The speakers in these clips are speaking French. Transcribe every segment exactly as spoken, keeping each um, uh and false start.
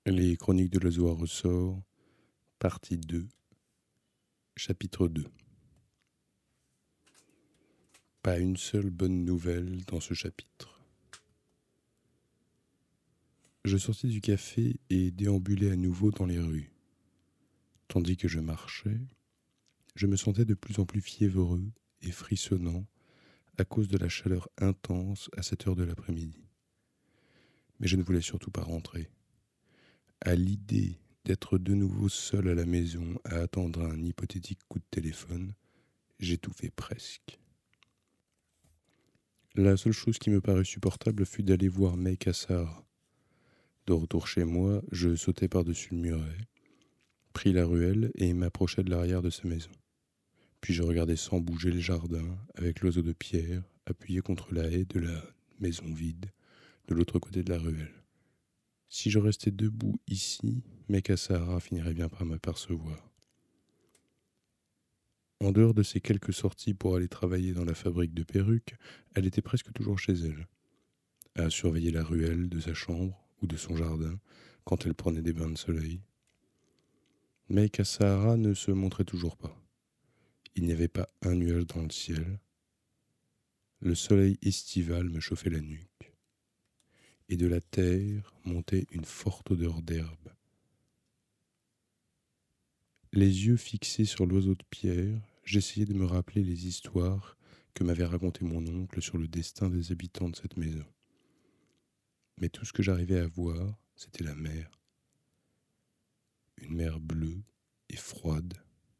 Les Chroniques de l'Oiseau à ressort, partie deux, chapitre deux. Pas une seule bonne nouvelle dans ce chapitre. Je sortis du café et déambulai à nouveau dans les rues. Tandis que je marchais, je me sentais de plus en plus fiévreux et frissonnant à cause de la chaleur intense à cette heure de l'après-midi. Mais je ne voulais surtout pas rentrer. À l'idée d'être de nouveau seul à la maison à attendre un hypothétique coup de téléphone, j'étouffais presque. La seule chose qui me parut supportable fut d'aller voir May Cassara. De retour chez moi, je sautai par-dessus le muret, pris la ruelle et m'approchai de l'arrière de sa maison. Puis je regardai sans bouger le jardin, avec l'oiseau de pierre appuyé contre la haie de la maison vide, de l'autre côté de la ruelle. Si je restais debout ici, May Cassara finirait bien par m'apercevoir. En dehors de ses quelques sorties pour aller travailler dans la fabrique de perruques, elle était presque toujours chez elle, à surveiller la ruelle de sa chambre ou de son jardin quand elle prenait des bains de soleil. Mais Cassara ne se montrait toujours pas. Il n'y avait pas un nuage dans le ciel. Le soleil estival me chauffait la nuque. Et de la terre montait une forte odeur d'herbe. Les yeux fixés sur l'oiseau de pierre, j'essayais de me rappeler les histoires que m'avait racontées mon oncle sur le destin des habitants de cette maison. Mais tout ce que j'arrivais à voir, c'était la mer. Une mer bleue et froide.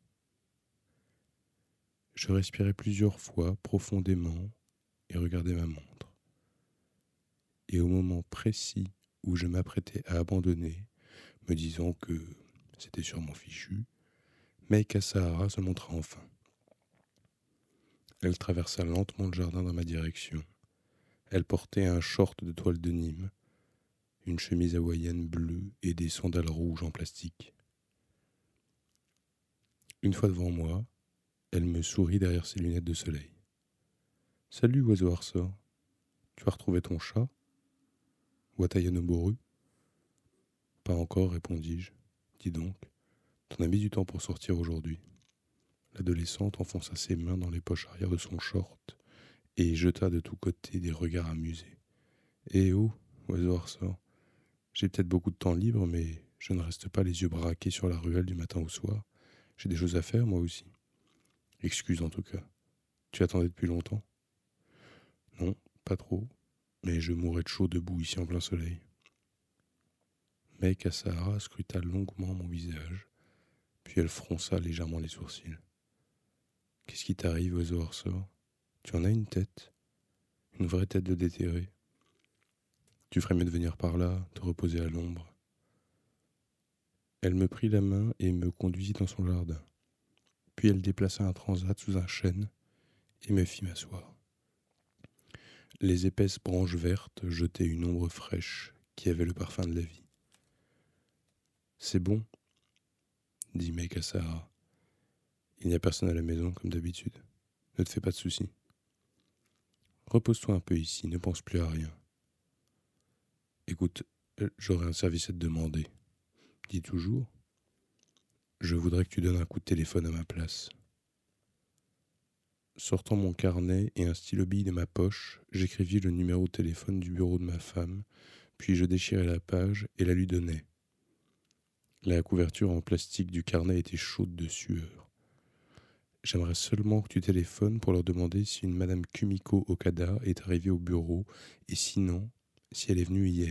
Je respirais plusieurs fois profondément et regardais ma montre. Et au moment précis où je m'apprêtais à abandonner, me disant que c'était sûrement fichu, May Cassara se montra enfin. Elle traversa lentement le jardin dans ma direction. Elle portait un short de toile de Nîmes, une chemise hawaïenne bleue et des sandales rouges en plastique. Une fois devant moi, elle me sourit derrière ses lunettes de soleil. « Salut, oiseau à ressort. Tu as retrouvé ton chat ? Watayanoboru ?»« Pas encore, répondis-je. Dis donc, t'en as mis du temps pour sortir aujourd'hui. » L'adolescente enfonça ses mains dans les poches arrière de son short et jeta de tous côtés des regards amusés. « Eh oh, oiseau à ressort, j'ai peut-être beaucoup de temps libre, mais je ne reste pas les yeux braqués sur la ruelle du matin au soir. J'ai des choses à faire, moi aussi. Excuse en tout cas. Tu attendais depuis longtemps ? » ?»« Non, pas trop, mais je mourrais de chaud debout ici en plein soleil. » May Cassara scruta longuement mon visage, puis elle fronça légèrement les sourcils. « Qu'est-ce qui t'arrive, oiseau à ressort ? Tu en as une tête ? Une vraie tête de déterré. Tu ferais mieux de venir par là, te reposer à l'ombre. » Elle me prit la main et me conduisit dans son jardin. Puis elle déplaça un transat sous un chêne et me fit m'asseoir. Les épaisses branches vertes jetaient une ombre fraîche qui avait le parfum de la vie. « C'est bon, » dit May Cassara. « Il n'y a personne à la maison comme d'habitude. Ne te fais pas de soucis. Repose-toi un peu ici, ne pense plus à rien. Écoute, j'aurais un service à te demander. Dis toujours. Je voudrais que tu donnes un coup de téléphone à ma place. » Sortant mon carnet et un stylo-bille de ma poche, j'écrivis le numéro de téléphone du bureau de ma femme, puis je déchirai la page et la lui donnai. La couverture en plastique du carnet était chaude de sueur. « J'aimerais seulement que tu téléphones pour leur demander si une madame Kumiko Okada est arrivée au bureau et sinon, si elle est venue hier. »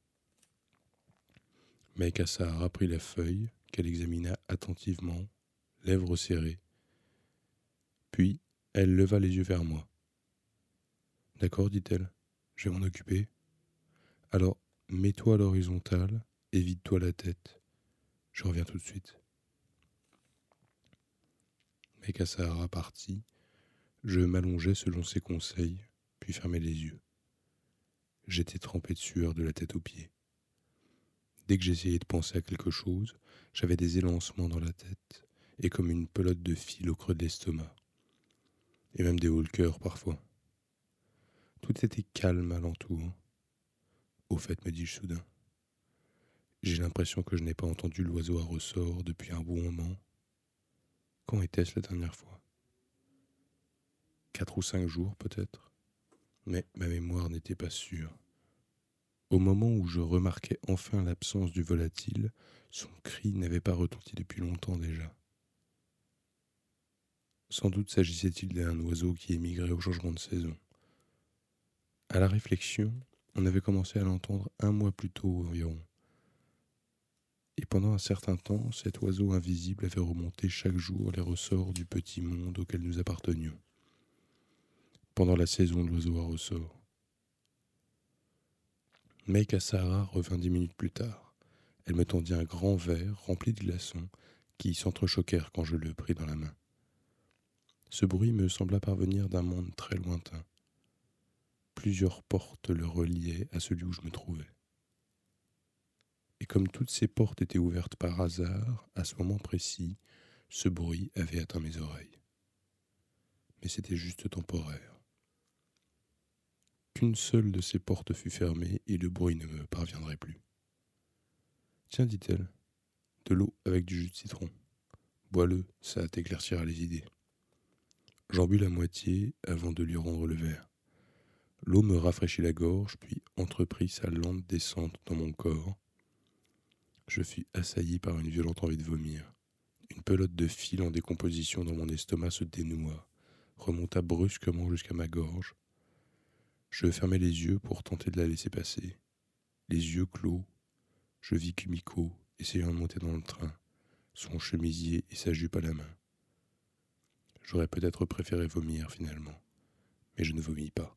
May Cassara prit la feuille qu'elle examina attentivement, lèvres serrées. Puis, elle leva les yeux vers moi. « D'accord, dit-elle, je vais m'en occuper. Alors, mets-toi à l'horizontale et vide-toi la tête. Je reviens tout de suite. » May Cassara partit. Je m'allongeai selon ses conseils, puis fermai les yeux. J'étais trempé de sueur de la tête aux pieds. Dès que j'essayais de penser à quelque chose, j'avais des élancements dans la tête et comme une pelote de fil au creux de l'estomac. Et même des hauts le cœur parfois. Tout était calme alentour. Au fait, me dis-je soudain, J'ai l'impression que je n'ai pas entendu l'oiseau à ressort depuis un bon moment. Quand était-ce la dernière fois? Quatre ou cinq jours peut-être, mais ma mémoire n'était pas sûre. Au moment où je remarquais enfin l'absence du volatile, son cri n'avait pas retenti depuis longtemps déjà. Sans doute s'agissait-il d'un oiseau qui émigrait au changement de saison. À la réflexion, on avait commencé à l'entendre un mois plus tôt environ. Et pendant un certain temps, cet oiseau invisible avait remonté chaque jour les ressorts du petit monde auquel nous appartenions. Pendant la saison de l'oiseau à ressort. Mai Cassara revint dix minutes plus tard. Elle me tendit un grand verre rempli de glaçons qui s'entrechoquèrent quand je le pris dans la main. Ce bruit me sembla parvenir d'un monde très lointain. Plusieurs portes le reliaient à celui où je me trouvais. Et comme toutes ces portes étaient ouvertes par hasard, à ce moment précis, ce bruit avait atteint mes oreilles. Mais c'était juste temporaire. Qu'une seule de ces portes fut fermée et le bruit ne me parviendrait plus. « Tiens, dit-elle, de l'eau avec du jus de citron. Bois-le, ça t'éclaircira les idées. » J'en bus la moitié avant de lui rendre le verre. L'eau me rafraîchit la gorge, puis entreprit sa lente descente dans mon corps. Je fus assailli par une violente envie de vomir. Une pelote de fil en décomposition dans mon estomac se dénoua, remonta brusquement jusqu'à ma gorge. Je fermai les yeux pour tenter de la laisser passer. Les yeux clos, je vis Kumiko essayant de monter dans le train, son chemisier et sa jupe à la main. J'aurais peut-être préféré vomir finalement, mais je ne vomis pas.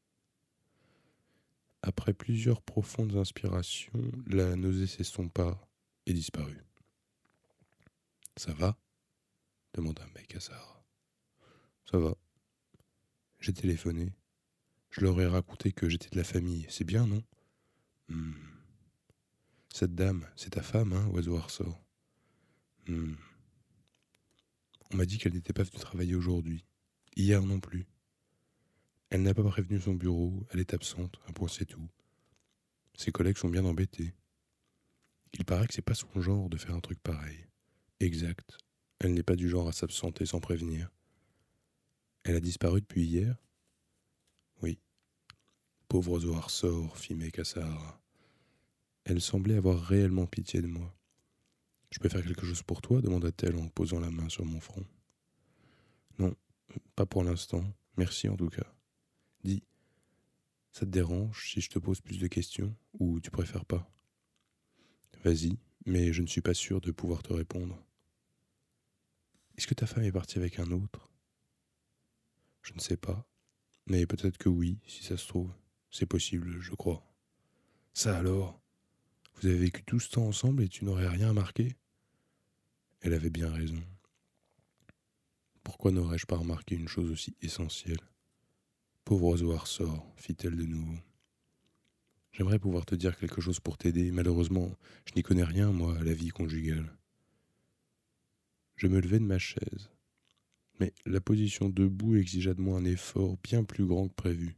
Après plusieurs profondes inspirations, la nausée s'estompa et disparut. « Ça va ?» demanda Mai Cassara. « Ça va. J'ai téléphoné. Je leur ai raconté que j'étais de la famille. C'est bien, non ? Hmm. Cette dame, c'est ta femme, hein, oiseau à ressort. Hmm. On m'a dit qu'elle n'était pas venue travailler aujourd'hui. Hier non plus. Elle n'a pas prévenu son bureau, elle est absente, un point c'est tout. Ses collègues sont bien embêtés. Il paraît que c'est pas son genre de faire un truc pareil. Exact. Elle n'est pas du genre à s'absenter sans prévenir. Elle a disparu depuis hier ? Oui. Pauvre oiseau à ressort, fit Mai Cassara. Elle semblait avoir réellement pitié de moi. Je peux faire quelque chose pour toi ? Demanda-t-elle en posant la main sur mon front. Non, pas pour l'instant. Merci en tout cas. Dis, ça te dérange si je te pose plus de questions ou tu préfères pas ? Vas-y, mais je ne suis pas sûr de pouvoir te répondre. Est-ce que ta femme est partie avec un autre ? Je ne sais pas, mais peut-être que oui, si ça se trouve. C'est possible, je crois. Ça alors ? Vous avez vécu tout ce temps ensemble et tu n'aurais rien remarqué ? Elle avait bien raison. Pourquoi n'aurais-je pas remarqué une chose aussi essentielle ? Pauvre oiseau à ressort, fit-elle de nouveau. J'aimerais pouvoir te dire quelque chose pour t'aider. Malheureusement, je n'y connais rien, moi, à la vie conjugale. Je me levai de ma chaise. Mais la position debout exigea de moi un effort bien plus grand que prévu.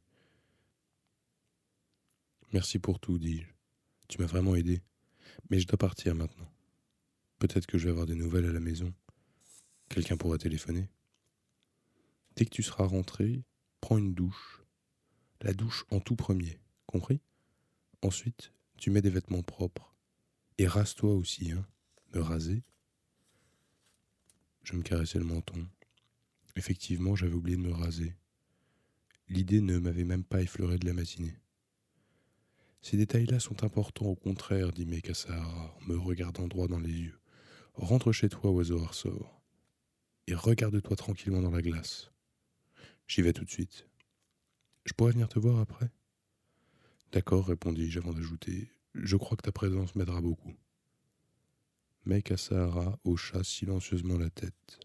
Merci pour tout, dis-je. Tu m'as vraiment aidé. Mais je dois partir maintenant. Peut-être que je vais avoir des nouvelles à la maison. Quelqu'un pourra téléphoner. Dès que tu seras rentré, prends une douche. La douche en tout premier, compris ? Ensuite, tu mets des vêtements propres. Et rase-toi aussi, hein. Me raser ? Je me caressais le menton. Effectivement, j'avais oublié de me raser. L'idée ne m'avait même pas effleuré de la matinée. Ces détails-là sont importants, au contraire, dit Mai Cassara en me regardant droit dans les yeux. Rentre chez toi, oiseau à ressort, et regarde-toi tranquillement dans la glace. J'y vais tout de suite. Je pourrais venir te voir après ? D'accord, répondis-je avant d'ajouter. Je crois que ta présence m'aidera beaucoup. Mai Cassara hocha silencieusement la tête.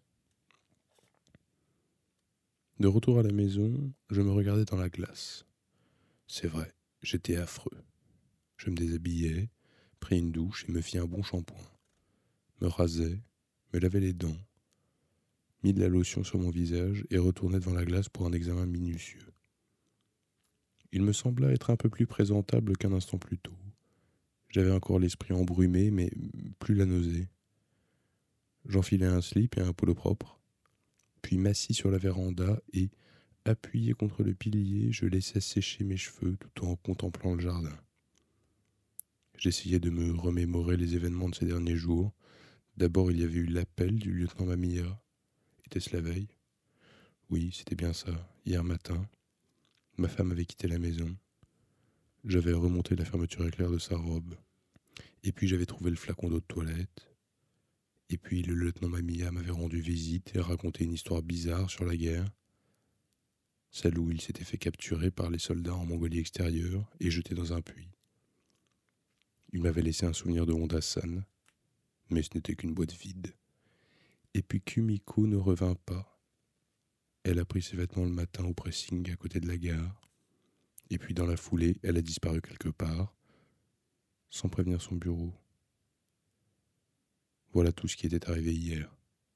De retour à la maison, je me regardais dans la glace. C'est vrai, j'étais affreux. Je me déshabillai, pris une douche et me fis un bon shampoing. Me rasai, me lavai les dents, mis de la lotion sur mon visage et retournai devant la glace pour un examen minutieux. Il me sembla être un peu plus présentable qu'un instant plus tôt. J'avais encore l'esprit embrumé, mais plus la nausée. J'enfilai un slip et un polo propre, puis m'assis sur la véranda et, appuyé contre le pilier, je laissais sécher mes cheveux tout en contemplant le jardin. J'essayais de me remémorer les événements de ces derniers jours. D'abord, il y avait eu l'appel du lieutenant Mamilla. Était-ce la veille ? Oui, c'était bien ça. Hier matin, ma femme avait quitté la maison. J'avais remonté la fermeture éclair de sa robe. Et puis j'avais trouvé le flacon d'eau de toilette. Et puis le lieutenant Mamilla m'avait rendu visite et raconté une histoire bizarre sur la guerre. Celle où il s'était fait capturer par les soldats en Mongolie extérieure et jeté dans un puits. Il m'avait laissé un souvenir de Honda-san, mais ce n'était qu'une boîte vide. Et puis Kumiko ne revint pas. Elle a pris ses vêtements le matin au pressing à côté de la gare. Et puis dans la foulée, elle a disparu quelque part, sans prévenir son bureau. Voilà tout ce qui était arrivé hier.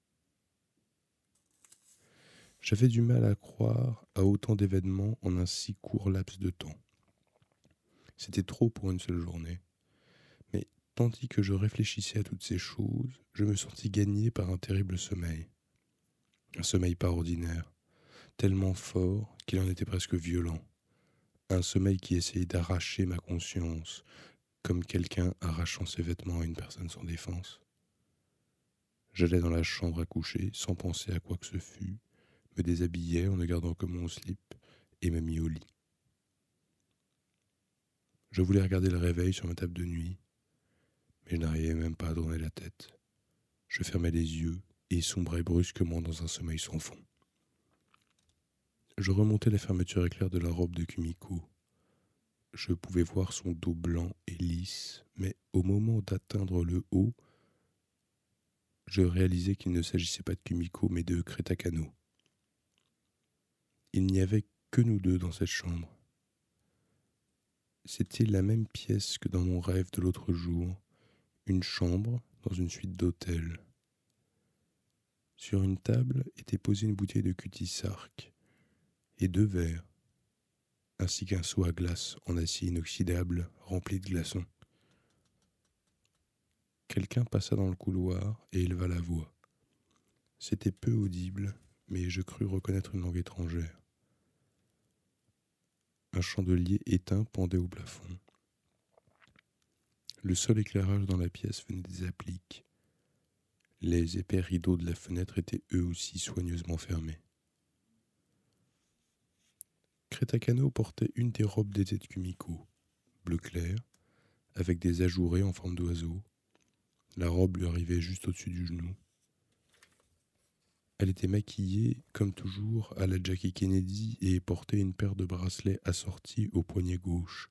J'avais du mal à croire à autant d'événements en un si court laps de temps. C'était trop pour une seule journée. Mais tandis que je réfléchissais à toutes ces choses, je me sentis gagné par un terrible sommeil. Un sommeil pas ordinaire, tellement fort qu'il en était presque violent. Un sommeil qui essayait d'arracher ma conscience, comme quelqu'un arrachant ses vêtements à une personne sans défense. J'allais dans la chambre à coucher, sans penser à quoi que ce fût, me déshabillais en ne gardant que mon slip et me mis au lit. Je voulais regarder le réveil sur ma table de nuit, mais je n'arrivais même pas à tourner la tête. Je fermais les yeux et sombrais brusquement dans un sommeil sans fond. Je remontais la fermeture éclair de la robe de Kumiko. Je pouvais voir son dos blanc et lisse, mais au moment d'atteindre le haut, je réalisais qu'il ne s'agissait pas de Kumiko, mais de Kretakano. Il n'y avait que nous deux dans cette chambre. C'était la même pièce que dans mon rêve de l'autre jour, une chambre dans une suite d'hôtels. Sur une table était posée une bouteille de Cutty-Sark et deux verres, ainsi qu'un seau à glace en acier inoxydable rempli de glaçons. Quelqu'un passa dans le couloir et éleva la voix. C'était peu audible, mais je crus reconnaître une langue étrangère. Un chandelier éteint pendait au plafond. Le seul éclairage dans la pièce venait des appliques. Les épais rideaux de la fenêtre étaient eux aussi soigneusement fermés. Kretakano portait une des robes d'été de Kumiko, bleu clair, avec des ajourés en forme d'oiseau. La robe lui arrivait juste au-dessus du genou. Elle était maquillée, comme toujours, à la Jackie Kennedy et portait une paire de bracelets assortis au poignet gauche.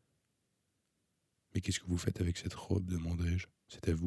« Mais qu'est-ce que vous faites avec cette robe ?» demandai-je. « C'est à vous ?»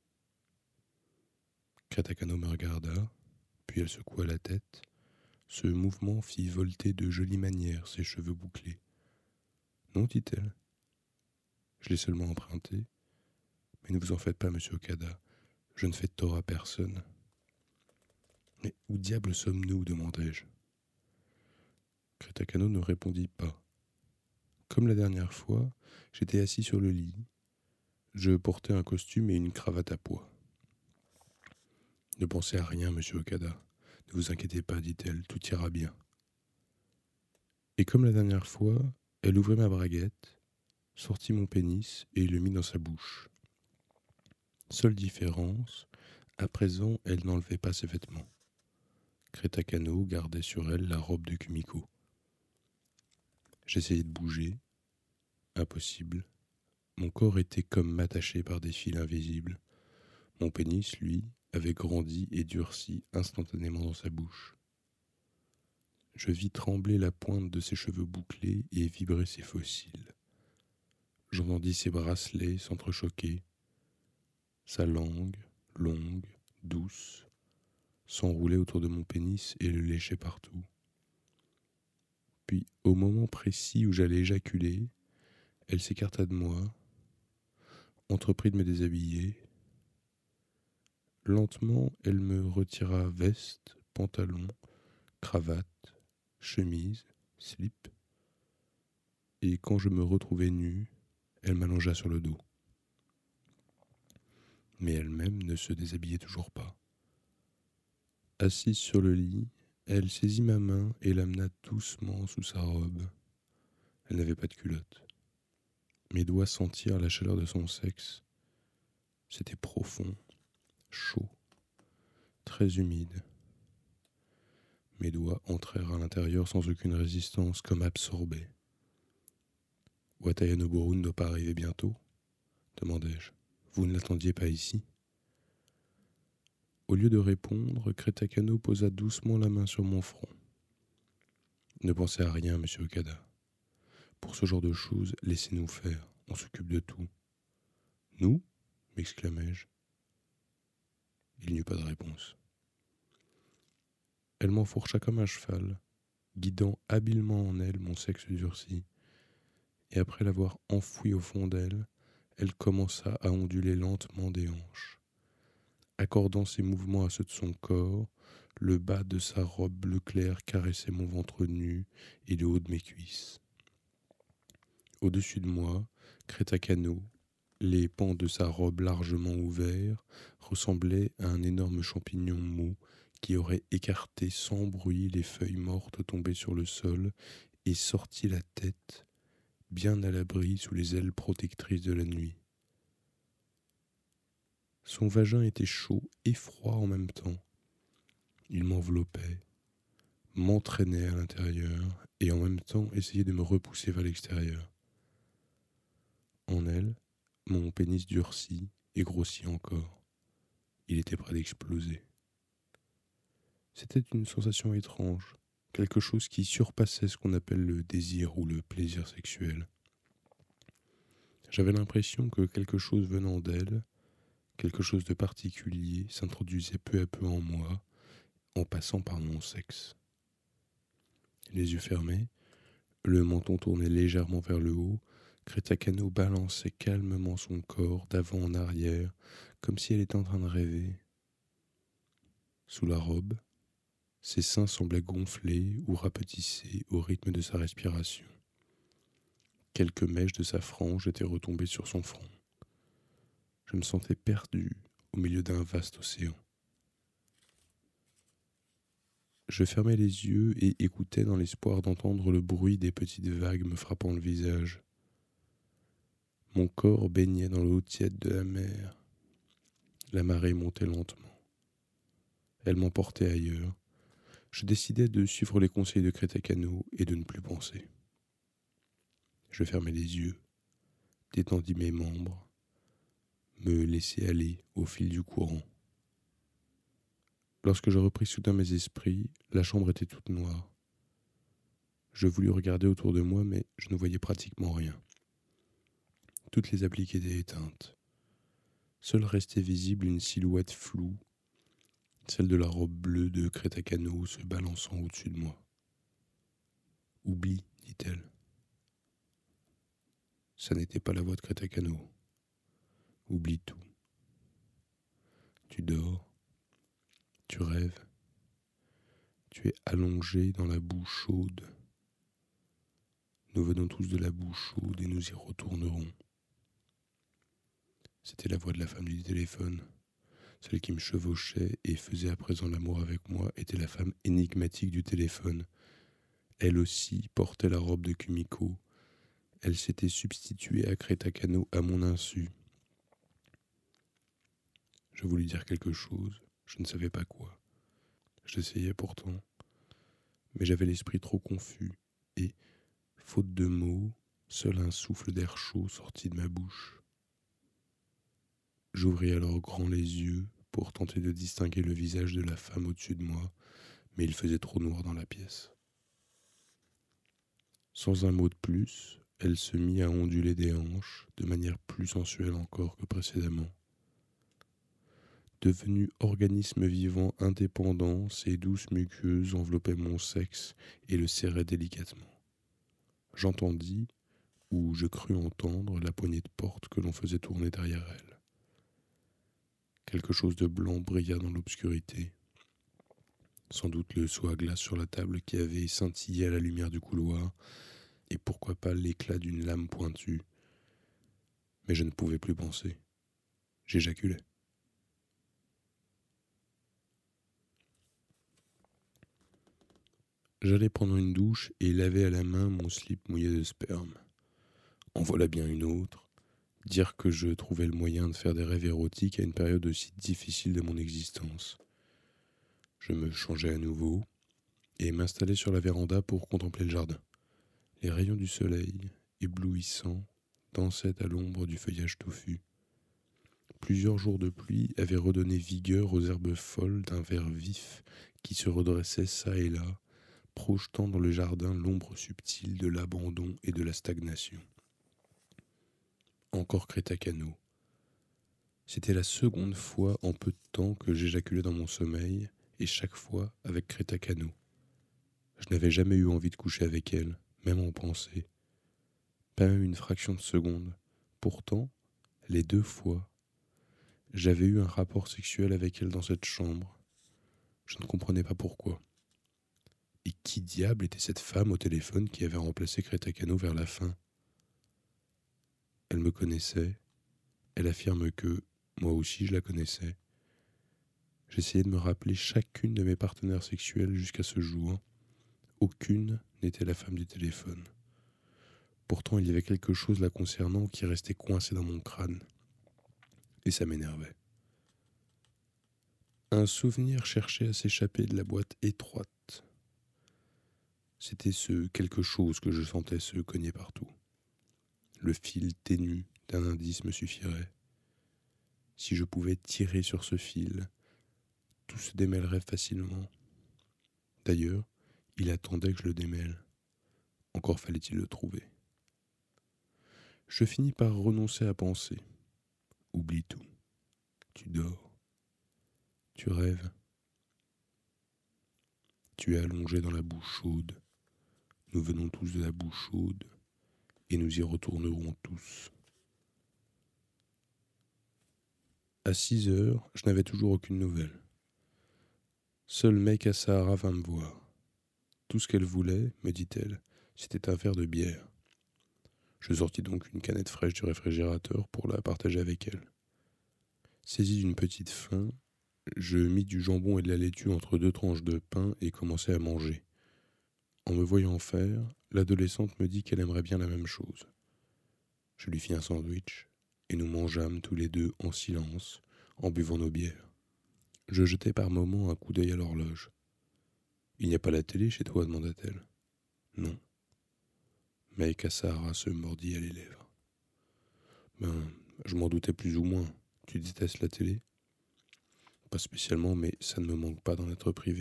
Kretakano me regarda, puis elle secoua la tête. Ce mouvement fit volter de jolies manières ses cheveux bouclés. « Non, dit-elle. Je l'ai seulement emprunté. Mais ne vous en faites pas, monsieur Okada. Je ne fais de tort à personne. » « Mais où diable sommes-nous » demandai-je. Kretakano ne répondit pas. Comme la dernière fois, j'étais assis sur le lit. Je portais un costume et une cravate à pois. « Ne pensez à rien, monsieur Okada. Ne vous inquiétez pas, dit-elle, tout ira bien. » Et comme la dernière fois, elle ouvrit ma braguette, sortit mon pénis et le mit dans sa bouche. Seule différence, à présent, elle n'enlevait pas ses vêtements. Kretakano gardait sur elle la robe de Kumiko. J'essayais de bouger. Impossible. Mon corps était comme m'attaché par des fils invisibles. Mon pénis, lui, avait grandi et durci instantanément dans sa bouche. Je vis trembler la pointe de ses cheveux bouclés et vibrer ses fossiles. J'entendis ses bracelets s'entrechoquer. Sa langue, longue, douce, s'enroulait autour de mon pénis et le léchait partout. Puis, au moment précis où j'allais éjaculer, elle s'écarta de moi, entreprit de me déshabiller. Lentement, elle me retira veste, pantalon, cravate, chemise, slip. Et quand je me retrouvai nu, elle m'allongea sur le dos. Mais elle-même ne se déshabillait toujours pas. Assise sur le lit, elle saisit ma main et l'amena doucement sous sa robe. Elle n'avait pas de culotte. Mes doigts sentirent la chaleur de son sexe. C'était profond, chaud, très humide. Mes doigts entrèrent à l'intérieur sans aucune résistance, comme absorbés. « Wataya Noboru ne doit pas arriver bientôt ?» demandai-je. « Vous ne l'attendiez pas ici ?» Au lieu de répondre, Kretakano posa doucement la main sur mon front. « Ne pensez à rien, monsieur Okada. Pour ce genre de choses, laissez-nous faire, on s'occupe de tout. »« Nous ?» m'exclamai-je. Il n'y eut pas de réponse. Elle m'enfourcha comme un cheval, guidant habilement en elle mon sexe durci, et après l'avoir enfoui au fond d'elle, elle commença à onduler lentement des hanches. Accordant ses mouvements à ceux de son corps, le bas de sa robe bleu clair caressait mon ventre nu et le haut de mes cuisses. Au-dessus de moi, Kretakano, les pans de sa robe largement ouverts, ressemblaient à un énorme champignon mou qui aurait écarté sans bruit les feuilles mortes tombées sur le sol et sorti la tête, bien à l'abri sous les ailes protectrices de la nuit. Son vagin était chaud et froid en même temps. Il m'enveloppait, m'entraînait à l'intérieur et en même temps essayait de me repousser vers l'extérieur. En elle, mon pénis durcit et grossit encore. Il était près d'exploser. C'était une sensation étrange, quelque chose qui surpassait ce qu'on appelle le désir ou le plaisir sexuel. J'avais l'impression que quelque chose venant d'elle, quelque chose de particulier, s'introduisait peu à peu en moi, en passant par mon sexe. Les yeux fermés, le menton tourné légèrement vers le haut, Kretakano balançait calmement son corps d'avant en arrière, comme si elle était en train de rêver. Sous la robe, ses seins semblaient gonfler ou rapetisser au rythme de sa respiration. Quelques mèches de sa frange étaient retombées sur son front. Je me sentais perdu au milieu d'un vaste océan. Je fermais les yeux et écoutais dans l'espoir d'entendre le bruit des petites vagues me frappant le visage. Mon corps baignait dans l'eau tiède de la mer. La marée montait lentement. Elle m'emportait ailleurs. Je décidai de suivre les conseils de Kretakano et de ne plus penser. Je fermai les yeux, détendis mes membres, me laissai aller au fil du courant. Lorsque je repris soudain mes esprits, la chambre était toute noire. Je voulus regarder autour de moi, mais je ne voyais pratiquement rien. Toutes les appliques étaient éteintes. Seule restait visible une silhouette floue, celle de la robe bleue de Kretakano se balançant au-dessus de moi. « Oublie, dit-elle. » Ça n'était pas la voix de Kretakano. « Oublie tout. Tu dors, tu rêves, tu es allongé dans la boue chaude. Nous venons tous de la boue chaude et nous y retournerons. » C'était la voix de la femme du téléphone. Celle qui me chevauchait et faisait à présent l'amour avec moi était la femme énigmatique du téléphone. Elle aussi portait la robe de Kumiko. Elle s'était substituée à Kretakano à mon insu. Je voulus dire quelque chose, je ne savais pas quoi. J'essayais pourtant, mais j'avais l'esprit trop confus et, faute de mots, seul un souffle d'air chaud sortit de ma bouche. J'ouvris alors grand les yeux pour tenter de distinguer le visage de la femme au-dessus de moi, mais il faisait trop noir dans la pièce. Sans un mot de plus, elle se mit à onduler des hanches de manière plus sensuelle encore que précédemment. Devenue organisme vivant indépendant, ses douces muqueuses enveloppaient mon sexe et le serraient délicatement. J'entendis, ou je crus entendre, la poignée de porte que l'on faisait tourner derrière elle. Quelque chose de blanc brilla dans l'obscurité. Sans doute le seau à glace sur la table qui avait scintillé à la lumière du couloir, et pourquoi pas l'éclat d'une lame pointue. Mais je ne pouvais plus penser. J'éjaculais. J'allais prendre une douche et laver à la main mon slip mouillé de sperme. En voilà bien une autre. Dire que je trouvais le moyen de faire des rêves érotiques à une période aussi difficile de mon existence. Je me changeais à nouveau et m'installais sur la véranda pour contempler le jardin. Les rayons du soleil, éblouissants, dansaient à l'ombre du feuillage touffu. Plusieurs jours de pluie avaient redonné vigueur aux herbes folles d'un vert vif qui se redressaient çà et là, projetant dans le jardin l'ombre subtile de l'abandon et de la stagnation. Encore Créta Cano. C'était la seconde fois en peu de temps que j'éjaculais dans mon sommeil, et chaque fois avec Créta Cano. Je n'avais jamais eu envie de coucher avec elle, même en pensée. Pas même une fraction de seconde. Pourtant, les deux fois, j'avais eu un rapport sexuel avec elle dans cette chambre. Je ne comprenais pas pourquoi. Et qui diable était cette femme au téléphone qui avait remplacé Créta Cano vers la fin ? Elle me connaissait. Elle affirme que, moi aussi je la connaissais. J'essayais de me rappeler chacune de mes partenaires sexuels jusqu'à ce jour. Aucune n'était la femme du téléphone. Pourtant, il y avait quelque chose la concernant qui restait coincé dans mon crâne. Et ça m'énervait. Un souvenir cherchait à s'échapper de la boîte étroite. C'était ce quelque chose que je sentais se cogner partout. Le fil ténu d'un indice me suffirait. Si je pouvais tirer sur ce fil, tout se démêlerait facilement. D'ailleurs, il attendait que je le démêle. Encore fallait-il le trouver. Je finis par renoncer à penser. Oublie tout. Tu dors. Tu rêves. Tu es allongé dans la boue chaude. Nous venons tous de la boue chaude et nous y retournerons tous. À six heures, je n'avais toujours aucune nouvelle. Seul Meika Sahara vint me voir. Tout ce qu'elle voulait, me dit-elle, c'était un verre de bière. Je sortis donc une canette fraîche du réfrigérateur pour la partager avec elle. Saisi d'une petite faim, je mis du jambon et de la laitue entre deux tranches de pain et commençai à manger. En me voyant faire, l'adolescente me dit qu'elle aimerait bien la même chose. Je lui fis un sandwich et nous mangeâmes tous les deux en silence, en buvant nos bières. Je jetai par moments un coup d'œil à l'horloge. « Il n'y a pas la télé chez toi ?» demanda-t-elle. « Non. » Meika Sahara se mordit à les lèvres. « Ben, je m'en doutais plus ou moins. Tu détestes la télé ?»« Pas spécialement, mais ça ne me manque pas d'en être privé. »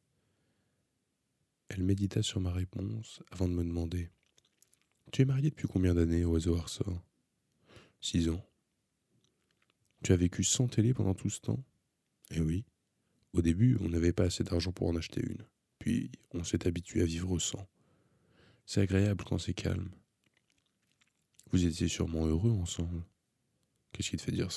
Elle médita sur ma réponse avant de me demander « Tu es marié depuis combien d'années, oiseau ressort ?»« Six ans. »« Tu as vécu sans télé pendant tout ce temps ?»« Eh oui. Au début, on n'avait pas assez d'argent pour en acheter une. Puis, on s'est habitué à vivre sans. C'est agréable quand c'est calme. Vous étiez sûrement heureux ensemble. Qu'est-ce qui te fait dire ça ?»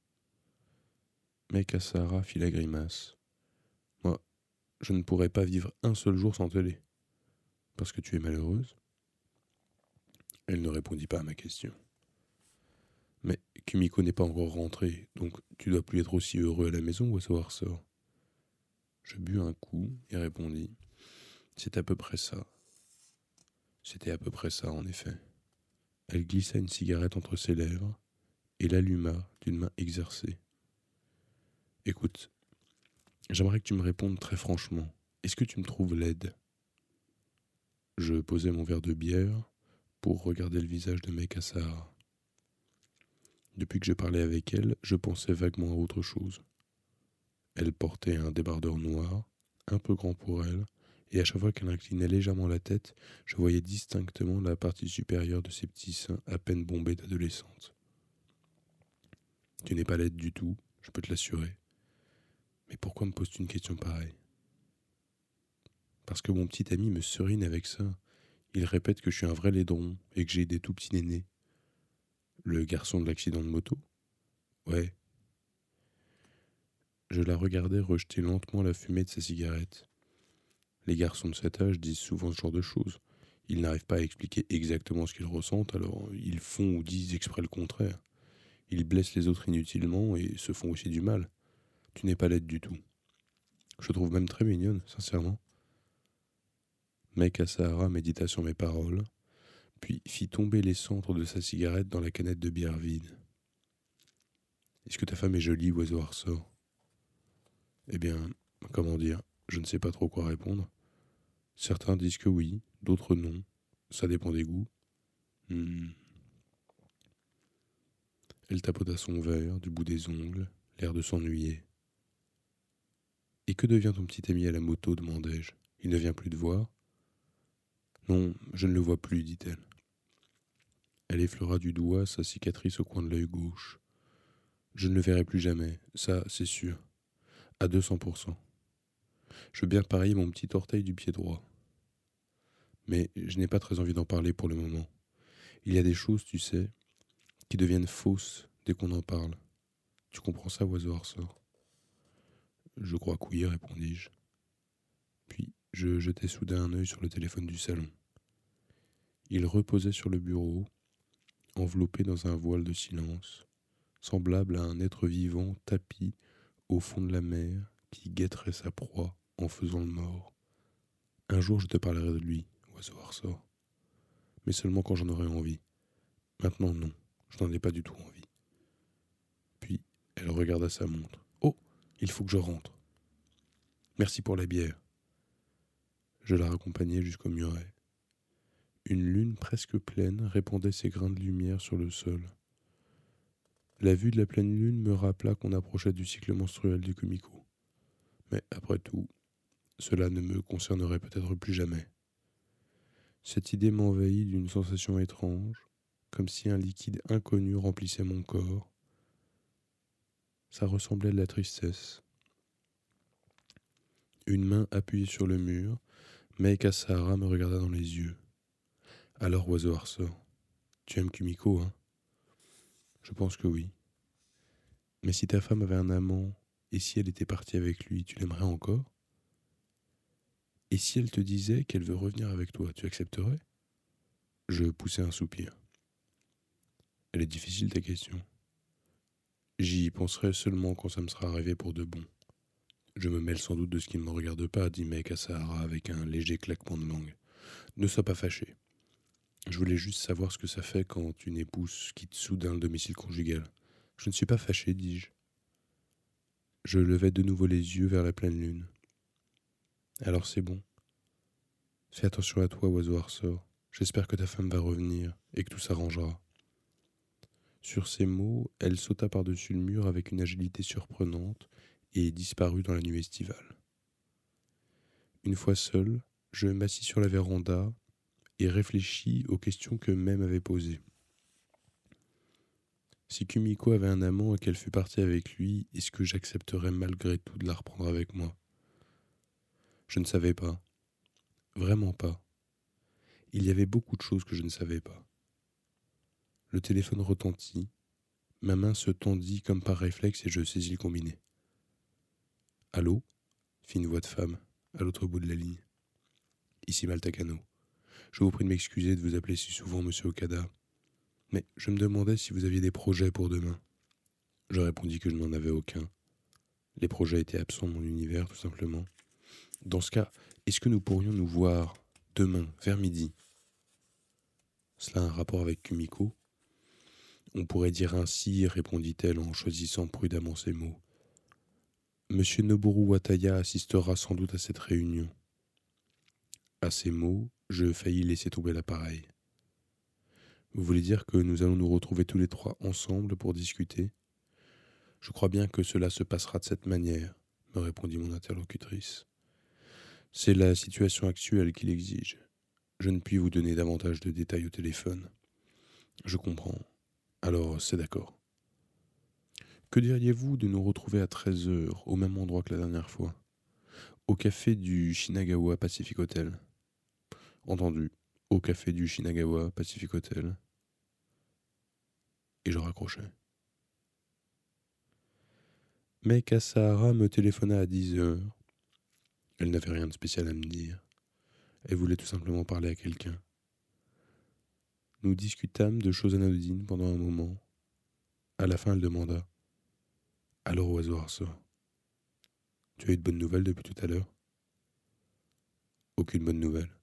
Meika Sahara fit la grimace. « Moi, je ne pourrais pas vivre un seul jour sans télé. Parce que tu es malheureuse ?» Elle ne répondit pas à ma question. « Mais Kumiko n'est pas encore rentrée, donc tu dois plus être aussi heureux à la maison ou à ce ressort ?» Je bus un coup et répondis « C'est à peu près ça. » C'était à peu près ça, en effet. Elle glissa une cigarette entre ses lèvres et l'alluma d'une main exercée. « Écoute, j'aimerais que tu me répondes très franchement. Est-ce que tu me trouves laide ?» Je posai mon verre de bière pour regarder le visage de Meika Sahara. Depuis que je parlais avec elle, je pensais vaguement à autre chose. Elle portait un débardeur noir, un peu grand pour elle, et à chaque fois qu'elle inclinait légèrement la tête, je voyais distinctement la partie supérieure de ses petits seins à peine bombés d'adolescente. « Tu n'es pas laide du tout, je peux te l'assurer. Mais pourquoi me poses-tu une question pareille ?»« Parce que mon petit ami me serine avec ça. Il répète que je suis un vrai laidron et que j'ai des tout petits nénés. »« Le garçon de l'accident de moto ?»« Ouais. » Je la regardais rejeter lentement la fumée de sa cigarette. Les garçons de cet âge disent souvent ce genre de choses. Ils n'arrivent pas à expliquer exactement ce qu'ils ressentent, alors ils font ou disent exprès le contraire. Ils blessent les autres inutilement et se font aussi du mal. Tu n'es pas laide du tout. Je te trouve même très mignonne, sincèrement. Mec à Sahara médita sur mes paroles, puis fit tomber les centres de sa cigarette dans la canette de bière vide. Est-ce que ta femme est jolie, oiseau à ressort ? Eh bien, comment dire, je ne sais pas trop quoi répondre. Certains disent que oui, d'autres non. Ça dépend des goûts. Hmm. Elle tapota son verre du bout des ongles, l'air de s'ennuyer. Et que devient ton petit ami à la moto, demandai-je. Il ne vient plus te voir ? Non, je ne le vois plus, dit-elle. Elle effleura du doigt sa cicatrice au coin de l'œil gauche. Je ne le verrai plus jamais, ça c'est sûr, à deux cents pour cent. Je veux bien parier mon petit orteil du pied droit. Mais je n'ai pas très envie d'en parler pour le moment. Il y a des choses, tu sais, qui deviennent fausses dès qu'on en parle. Tu comprends ça, oiseau à ressort ? Je crois que oui, répondis-je. Puis je jetai soudain un œil sur le téléphone du salon. Il reposait sur le bureau, enveloppé dans un voile de silence, semblable à un être vivant tapi au fond de la mer qui guetterait sa proie en faisant le mort. Un jour je te parlerai de lui, oiseau à ressort, mais seulement quand j'en aurai envie. Maintenant non, je n'en ai pas du tout envie. Puis elle regarda sa montre. Oh, il faut que je rentre. Merci pour la bière. Je la raccompagnai jusqu'au muret. Une lune presque pleine répandait ses grains de lumière sur le sol. La vue de la pleine lune me rappela qu'on approchait du cycle menstruel du Kumiko. Mais après tout, cela ne me concernerait peut-être plus jamais. Cette idée m'envahit d'une sensation étrange, comme si un liquide inconnu remplissait mon corps. Ça ressemblait à de la tristesse. Une main appuyée sur le mur, Meika Sahara me regarda dans les yeux. Alors, oiseau à ressort, tu aimes Kumiko, hein ? Je pense que oui. Mais si ta femme avait un amant, et si elle était partie avec lui, tu l'aimerais encore ? Et si elle te disait qu'elle veut revenir avec toi, tu accepterais ? Je poussai un soupir. Elle est difficile ta question. J'y penserai seulement quand ça me sera arrivé pour de bon. Je me mêle sans doute de ce qui ne me regarde pas, dit Meika Sahara avec un léger claquement de langue. Ne sois pas fâché. Je voulais juste savoir ce que ça fait quand une épouse quitte soudain le domicile conjugal. Je ne suis pas fâché, dis-je. Je levai de nouveau les yeux vers la pleine lune. Alors c'est bon. Fais attention à toi, oiseau à ressort. J'espère que ta femme va revenir et que tout s'arrangera. Sur ces mots, elle sauta par-dessus le mur avec une agilité surprenante et disparut dans la nuit estivale. Une fois seul, je m'assis sur la véranda et réfléchis aux questions que Mai m'avait posées. Si Kumiko avait un amant et qu'elle fût partie avec lui, est-ce que j'accepterais malgré tout de la reprendre avec moi ? Je ne savais pas. Vraiment pas. Il y avait beaucoup de choses que je ne savais pas. Le téléphone retentit, ma main se tendit comme par réflexe et je saisis le combiné. « Allô ?» fit une voix de femme, à l'autre bout de la ligne. « Ici Maltakano. Je vous prie de m'excuser de vous appeler si souvent, monsieur Okada. Mais je me demandais si vous aviez des projets pour demain. » Je répondis que je n'en avais aucun. Les projets étaient absents de mon univers, tout simplement. « Dans ce cas, est-ce que nous pourrions nous voir demain, vers midi ?» Cela a un rapport avec Kumiko ? On pourrait dire ainsi, répondit-elle en choisissant prudemment ses mots. Monsieur Noboru Wataya assistera sans doute à cette réunion. À ces mots, je faillis laisser tomber l'appareil. Vous voulez dire que nous allons nous retrouver tous les trois ensemble pour discuter ? Je crois bien que cela se passera de cette manière, me répondit mon interlocutrice. C'est la situation actuelle qui l'exige. Je ne puis vous donner davantage de détails au téléphone. Je comprends. Alors, c'est d'accord. Que diriez-vous de nous retrouver à treize heures, au même endroit que la dernière fois, au café du Shinagawa Pacific Hotel ? Entendu, au café du Shinagawa Pacific Hotel. Et je raccrochai. Meika Sahara me téléphona à dix heures. Elle n'avait rien de spécial à me dire. Elle voulait tout simplement parler à quelqu'un. Nous discutâmes de choses anodines pendant un moment. À la fin, elle demanda : « Alors, oiseau harceau, tu as eu de bonnes nouvelles depuis tout à l'heure ? » Aucune bonne nouvelle.